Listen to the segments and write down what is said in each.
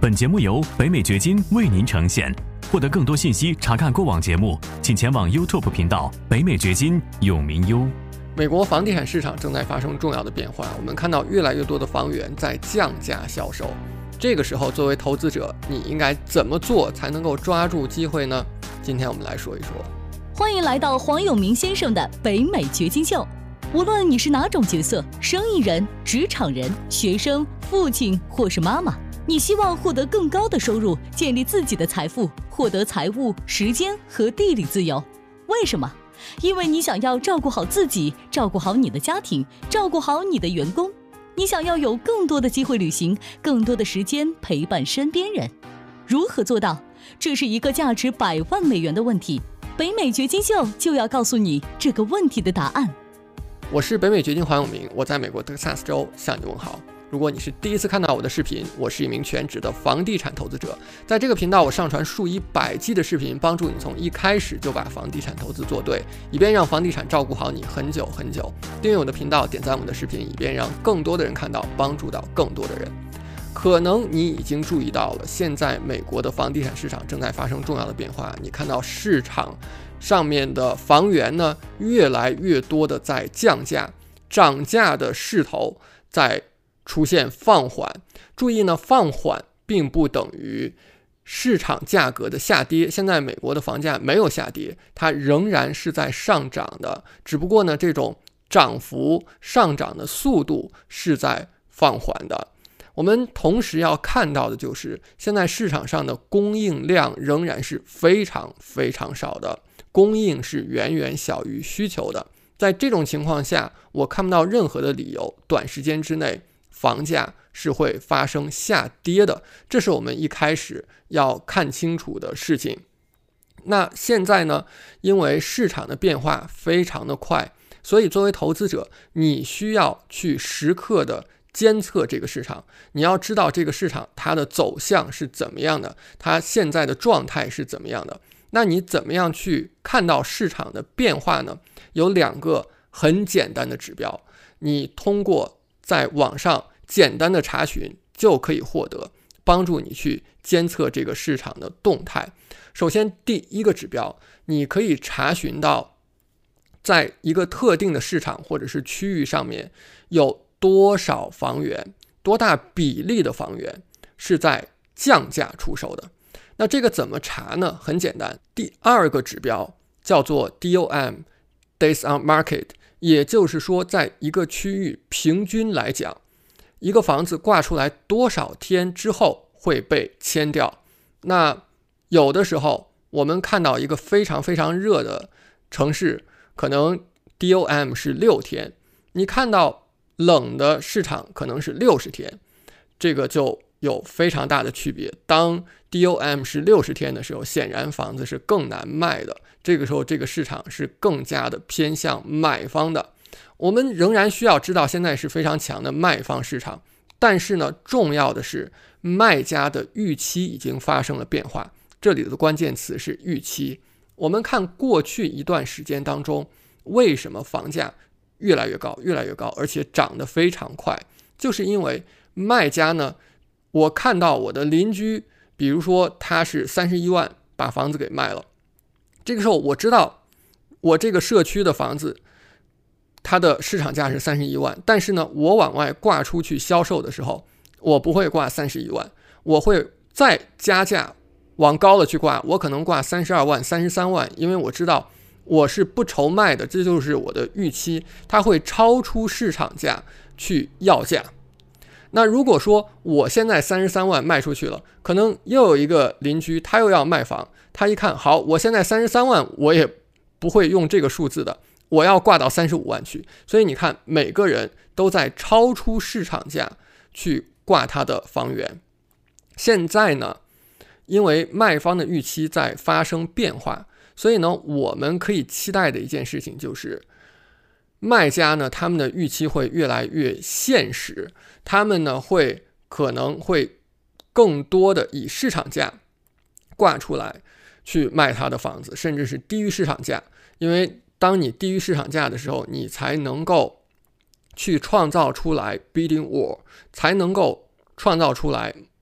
本节目由北美掘金为您呈现。获得更多信息，查看过往节目，请前往 YouTube 频道北美掘金永明优。 美国房地产市场正在发生重要的变化，我们看到越来越多的房源在降价销售。这个时候，作为投资者，你应该怎么做才能够抓住机会呢？今天我们来说一说。 欢迎来到黄永明先生的北美掘金秀。无论你是哪种角色，生意人、职场人、学生、父亲或是妈妈，你希望获得更高的收入，建立自己的财富，获得财务、时间和地理自由。为什么？因为你想要照顾好自己，照顾好你的家庭，照顾好你的员工。你想要有更多的机会旅行，更多的时间陪伴身边人。如何做到？这是一个价值100万美元的问题。北美掘金秀就要告诉你这个问题的答案。 我是北美掘金黄永明，我在美国德克萨斯州向你问好。如果你是第一次看到我的视频，我是一名全职的房地产投资者。在这个频道，我上传数以百计的视频，帮助你从一开始就把房地产投资做对，以便让房地产照顾好你很久很久。订阅我的频道，点赞我的视频，以便让更多的人看到，帮助到更多的人。可能你已经注意到了，现在美国的房地产市场正在发生重要的变化。你看到市场上面的房源呢，越来越多的在降价，涨价的势头在出现放缓。注意呢，放缓并不等于市场价格的下跌。现在美国的房价没有下跌，它仍然是在上涨的，只不过呢，这种涨幅上涨的速度是在放缓的。我们同时要看到的就是，现在市场上的供应量仍然是非常非常少的，供应是远远小于需求的。在这种情况下，我看不到任何的理由，短时间之内房价是会发生下跌的，这是我们一开始要看清楚的事情。那现在呢，因为市场的变化非常的快，所以作为投资者，你需要去时刻的监测这个市场，你要知道这个市场它的走向是怎么样的，它现在的状态是怎么样的。那你怎么样去看到市场的变化呢？有2个很简单的指标，你通过在网上简单的查询就可以获得，帮助你去监测这个市场的动态。首先，第一个指标，你可以查询到在一个特定的市场或者是区域上面有多少房源，多大比例的房源是在降价出售的。那这个怎么查呢？很简单，第2个指标叫做 DOM Days on Market， 也就是说，在一个区域平均来讲，一个房子挂出来多少天之后会被签掉。那有的时候我们看到一个非常非常热的城市，可能 DOM 是6天，你看到冷的市场可能是60天，这个就有非常大的区别。当 DOM 是60天的时候，显然房子是更难卖的，这个时候这个市场是更加的偏向买方的。我们仍然需要知道，现在是非常强的卖方市场，但是呢，重要的是卖家的预期已经发生了变化，这里的关键词是预期。我们看过去一段时间当中，为什么房价越来越高，越来越高，而且涨得非常快，就是因为卖家呢，我看到我的邻居，比如说他是31万把房子给卖了，这个时候我知道我这个社区的房子它的市场价是31万，但是呢，我往外挂出去销售的时候，我不会挂31万，我会再加价往高了去挂，我可能挂32万、33万，因为我知道我是不愁卖的，这就是我的预期，它会超出市场价去要价。那如果说我现在33万卖出去了，可能又有一个邻居他又要卖房，他一看，好，我现在33万我也不会用这个数字的，我要挂到35万去。所以你看，每个人都在超出市场价去挂他的房源。现在呢，因为卖方的预期在发生变化，所以呢，我们可以期待的一件事情就是卖家呢，他们的预期会越来越现实，他们呢可能会更多的以市场价挂出来去卖他的房子，甚至是低于市场价。因为当你低于市场价的时候，你才能够去创造出来 bidding war， 才能够创造出来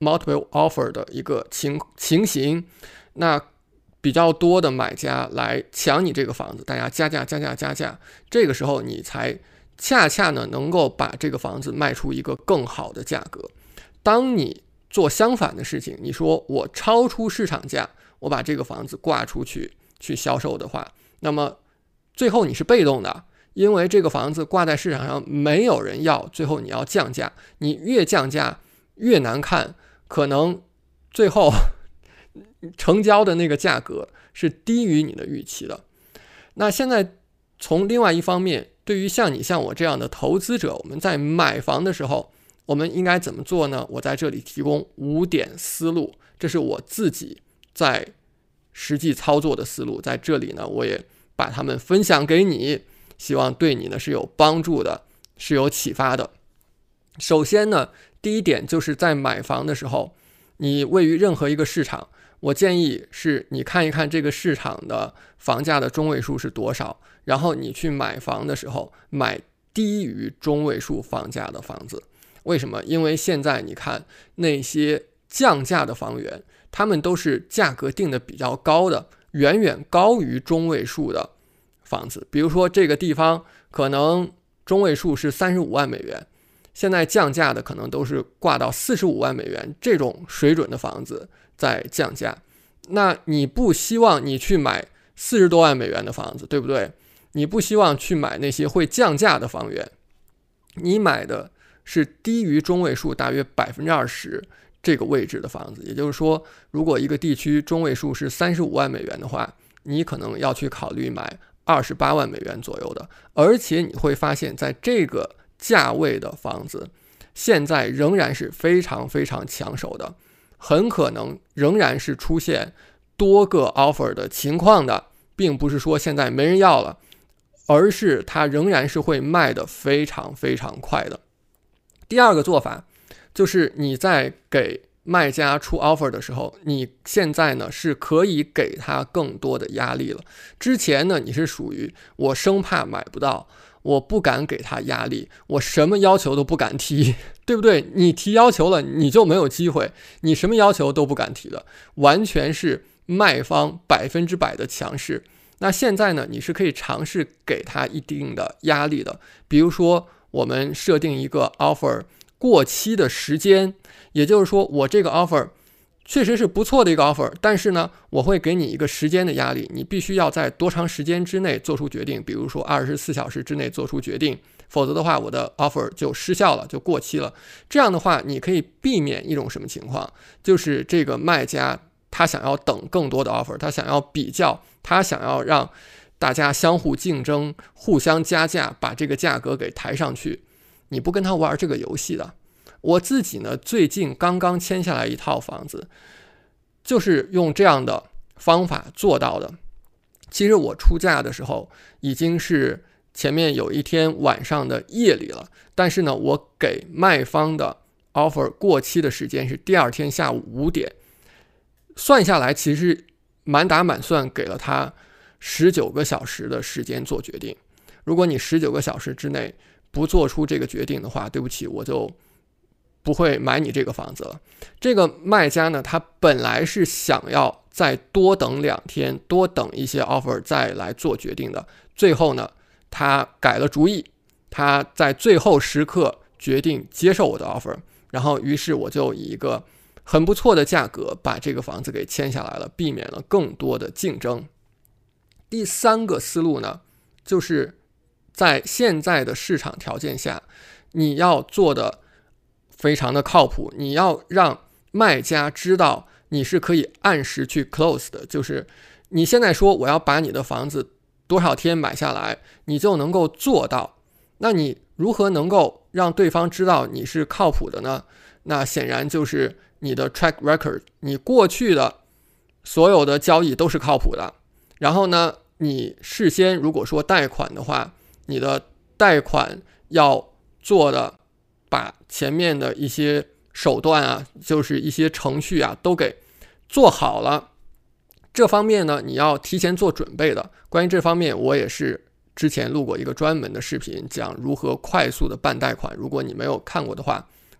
multiple offer 的一个情形，那比较多的买家来抢你这个房子，大家加价，这个时候你才恰恰呢能够把这个房子卖出一个更好的价格。当你做相反的事情，你说我超出市场价，我把这个房子挂出去销售的话，那么最后你是被动的，因为这个房子挂在市场上没有人要，最后你要降价，你越降价越难看，可能最后成交的那个价格是低于你的预期的。那现在从另外一方面，对于像我这样的投资者，我们在买房的时候，我们应该怎么做呢？我在这里提供5点思路，这是我自己在实际操作的思路，在这里呢，我也把它们分享给你，希望对你呢是有帮助的，是有启发的。首先呢，第一点就是在买房的时候，你位于任何一个市场，我建议是你看一看这个市场的房价的中位数是多少，然后你去买房的时候买低于中位数房价的房子。为什么？因为现在你看那些降价的房源，他们都是价格定的比较高的，远远高于中位数的房子。比如说这个地方可能中位数是35万美元，现在降价的可能都是挂到45万美元，这种水准的房子在降价。那你不希望你去买40多万美元的房子，对不对？你不希望去买那些会降价的房源，你买的是低于中位数大约 20% 这个位置的房子。也就是说，如果一个地区中位数是35万美元的话，你可能要去考虑买28万美元左右的。而且你会发现在这个价位的房子现在仍然是非常非常抢手的，很可能仍然是出现多个 offer 的情况的，并不是说现在没人要了，而是它仍然是会卖得非常非常快的。第二个做法就是你在给卖家出 offer 的时候，你现在呢是可以给他更多的压力了。之前呢你是属于我生怕买不到，我不敢给他压力，我什么要求都不敢提，对不对？你提要求了你就没有机会，你什么要求都不敢提了，完全是卖方100%的强势。那现在呢你是可以尝试给他一定的压力的，比如说我们设定一个 offer 过期的时间，也就是说我这个 offer 确实是不错的一个 offer， 但是呢我会给你一个时间的压力，你必须要在多长时间之内做出决定，比如说24小时之内做出决定，否则的话我的 offer 就失效了，就过期了。这样的话你可以避免一种什么情况，就是这个卖家他想要等更多的 offer， 他想要比较，他想要让大家相互竞争，互相加价，把这个价格给抬上去。你不跟他玩这个游戏的。我自己呢最近刚刚签下来一套房子，就是用这样的方法做到的。其实我出价的时候已经是前面有一天晚上的夜里了，但是呢我给卖方的 offer 过期的时间是第二天下午5点，算下来其实满打满算给了他19个小时的时间做决定。如果你19个小时之内不做出这个决定的话，对不起，我就不会买你这个房子了。这个卖家呢，他本来是想要再多等2天，多等一些 offer 再来做决定的，最后呢他改了主意，他在最后时刻决定接受我的 offer， 然后于是我就以一个很不错的价格把这个房子给签下来了，避免了更多的竞争。第3个思路呢，就是在现在的市场条件下，你要做的非常的靠谱，你要让卖家知道你是可以按时去 close 的，就是你现在说我要把你的房子多少天买下来，你就能够做到。那你如何能够让对方知道你是靠谱的呢？那显然就是你的 track record， 你过去的所有的交易都是靠谱的。然后呢，你事先如果说贷款的话，你的贷款要做的把前面的一些手段啊，就是一些程序啊都给做好了。这方面呢你要提前做准备的。关于这方面我也是之前录过一个专门的视频，讲如何快速的办贷款，如果你没有看过的话，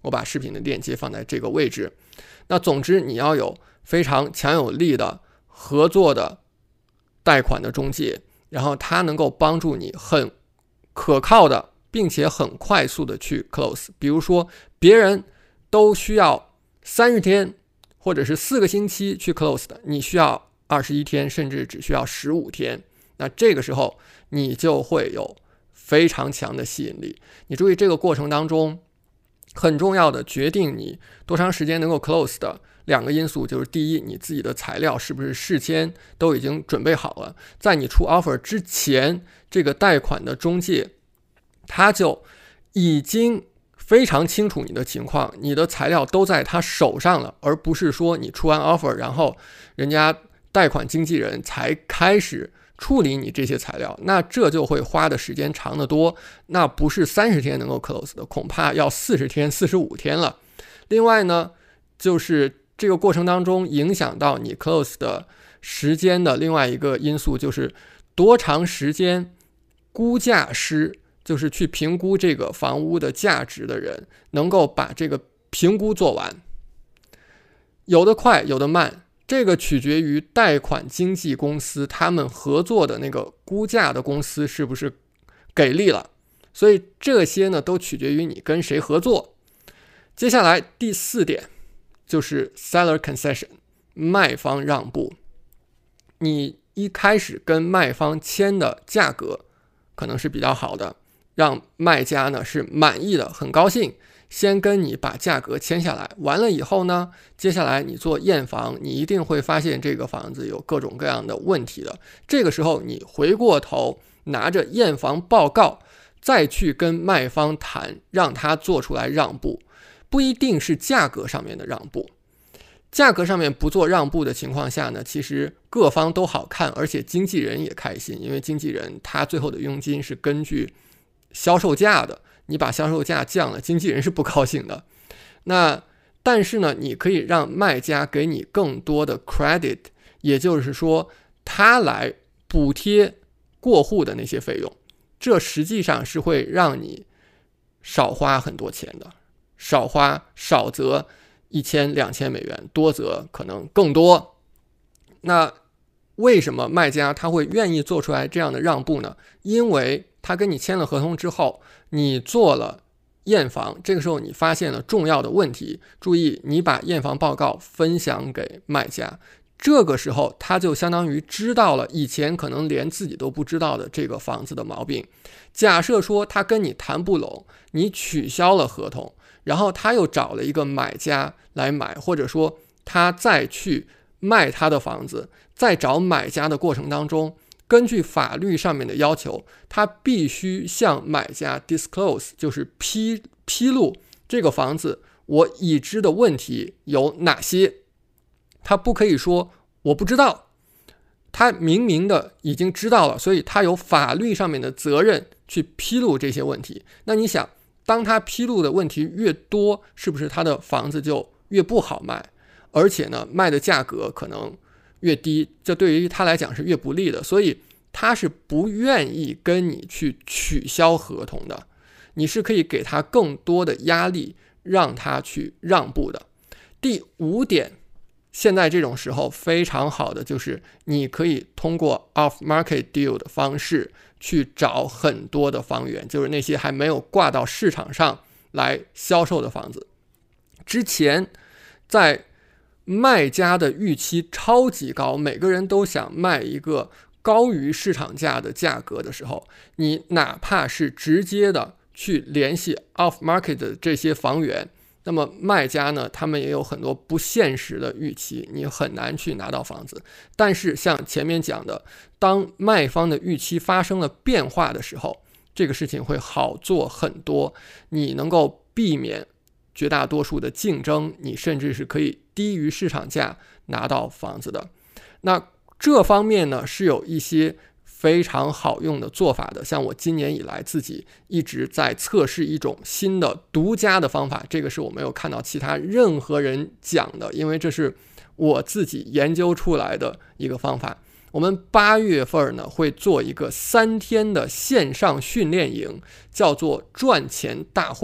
我把视频的链接放在这个位置。那总之你要有非常强有力的合作的贷款的中介，然后它能够帮助你很可靠的并且很快速的去 close。 比如说别人都需要30天或者是4个星期去 close 的，你需要21天甚至只需要15天，那这个时候你就会有非常强的吸引力。你注意这个过程当中很重要的决定你多长时间能够 close 的2个因素，就是第一，你自己的材料是不是事先都已经准备好了，在你出 offer 之前，这个贷款的中介他就已经非常清楚你的情况，你的材料都在他手上了，而不是说你出完 offer 然后人家贷款经纪人才开始处理你这些材料，那这就会花的时间长得多，那不是30天能够 close 的，恐怕要40天45天了。另外呢，就是这个过程当中影响到你 close 的时间的另外一个因素，就是多长时间估价师，就是去评估这个房屋的价值的人，能够把这个评估做完。有的快有的慢，这个取决于贷款经纪公司他们合作的那个估价的公司是不是给力了，所以这些呢都取决于你跟谁合作。接下来第4点就是 seller concession， 卖方让步。你一开始跟卖方签的价格可能是比较好的，让卖家呢是满意的，很高兴，先跟你把价格签下来。完了以后呢，接下来你做验房，你一定会发现这个房子有各种各样的问题的。这个时候你回过头拿着验房报告再去跟卖方谈，让他做出来让步，不一定是价格上面的让步。价格上面不做让步的情况下呢，其实各方都好看，而且经纪人也开心，因为经纪人他最后的佣金是根据销售价的，你把销售价降了，经纪人是不高兴的。那但是呢，你可以让卖家给你更多的 credit， 也就是说他来补贴过户的那些费用，这实际上是会让你少花很多钱的，少则1000、2000美元，多则可能更多。那为什么卖家他会愿意做出来这样的让步呢？因为他跟你签了合同之后，你做了验房，这个时候你发现了重要的问题，注意你把验房报告分享给卖家，这个时候他就相当于知道了以前可能连自己都不知道的这个房子的毛病。假设说他跟你谈不拢，你取消了合同，然后他又找了一个买家来买，或者说他再去卖他的房子，在找买家的过程当中，根据法律上面的要求，他必须向买家 disclose， 就是披露这个房子我已知的问题有哪些。他不可以说我不知道，他明明的已经知道了，所以他有法律上面的责任去披露这些问题。那你想，当他披露的问题越多，是不是他的房子就越不好卖，而且呢卖的价格可能越低，这对于他来讲是越不利的，所以他是不愿意跟你去取消合同的。你是可以给他更多的压力，让他去让步的。第5点，现在这种时候非常好的就是你可以通过 off-market deal 的方式去找很多的房源，就是那些还没有挂到市场上来销售的房子。之前在卖家的预期超级高，每个人都想卖一个高于市场价的价格的时候，你哪怕是直接的去联系 off-market 的这些房源，那么卖家呢，他们也有很多不现实的预期，你很难去拿到房子。但是像前面讲的，当卖方的预期发生了变化的时候，这个事情会好做很多，你能够避免绝大多数的竞争，你甚至是可以低于市场价拿到房子的。那这方面呢，是有一些非常好用的做法的，像我今年以来自己一直在测试一种新的独家的方法，这个是我没有看到其他任何人讲的，因为这是我自己研究出来的一个方法。我们8月份呢会做一个3天的线上训练营，叫做赚钱大会。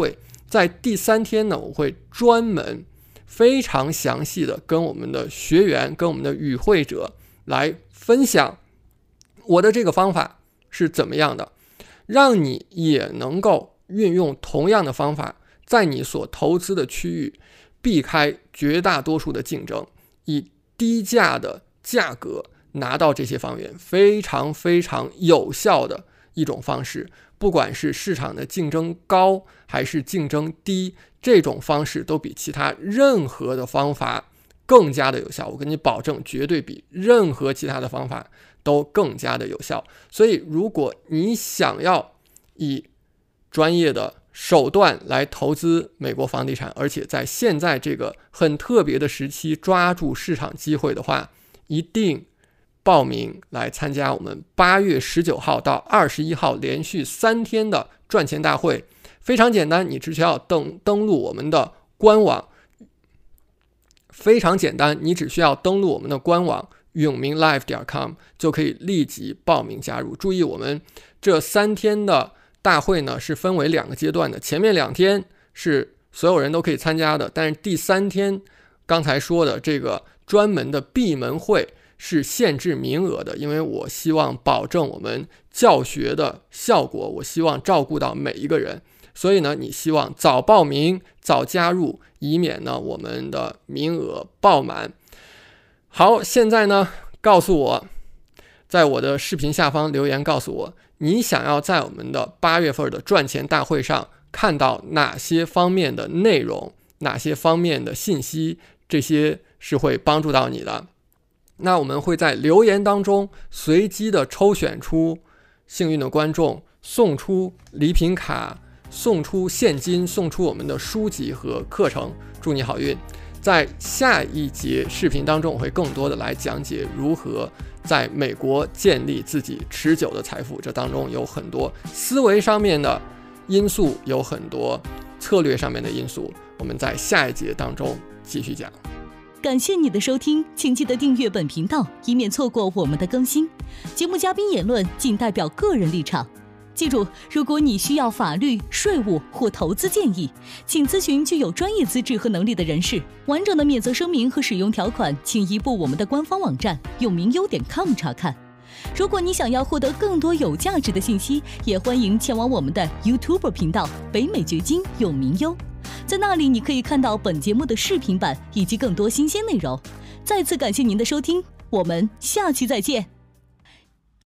在第3天呢，我会专门非常详细的跟我们的学员、跟我们的与会者来分享我的这个方法是怎么样的，让你也能够运用同样的方法，在你所投资的区域避开绝大多数的竞争，以低价的价格拿到这些房源，非常非常有效的一种方式。不管是市场的竞争高还是竞争低，这种方式都比其他任何的方法更加的有效，我跟你保证，绝对比任何其他的方法都更加的有效。所以如果你想要以专业的手段来投资美国房地产，而且在现在这个很特别的时期抓住市场机会的话，一定报名来参加我们8月19号到21号连续3天的赚钱大会。非常简单，你只需要登录我们的官网，非常简单，你只需要登录我们的官网永明 live.com 就可以立即报名加入。注意，我们这3天的大会呢是分为2个阶段的，前面2天是所有人都可以参加的，但是第3天刚才说的这个专门的闭门会是限制名额的，因为我希望保证我们教学的效果，我希望照顾到每一个人，所以呢，你希望早报名早加入，以免呢我们的名额爆满。好，现在呢告诉我，在我的视频下方留言告诉我，你想要在我们的8月份的赚钱大会上看到哪些方面的内容，哪些方面的信息，这些是会帮助到你的。那我们会在留言当中随机的抽选出幸运的观众，送出礼品卡，送出现金，送出我们的书籍和课程，祝你好运。在下一节视频当中，我会更多的来讲解如何在美国建立自己持久的财富，这当中有很多思维上面的因素，有很多策略上面的因素，我们在下一节当中继续讲。 感谢你的收听，请记得订阅本频道，以免错过我们的更新。节目嘉宾言论仅代表个人立场。记住，如果你需要法律、税务或投资建议，请咨询具有专业资质和能力的人士。完整的免责声明和使用条款，请移步我们的官方网站永明优.com 查看。如果你想要获得更多有价值的信息，也欢迎前往我们的 YouTube 频道北美掘金永明优，在那里你可以看到本节目的视频版以及更多新鲜内容。再次感谢您的收听，我们下期再见。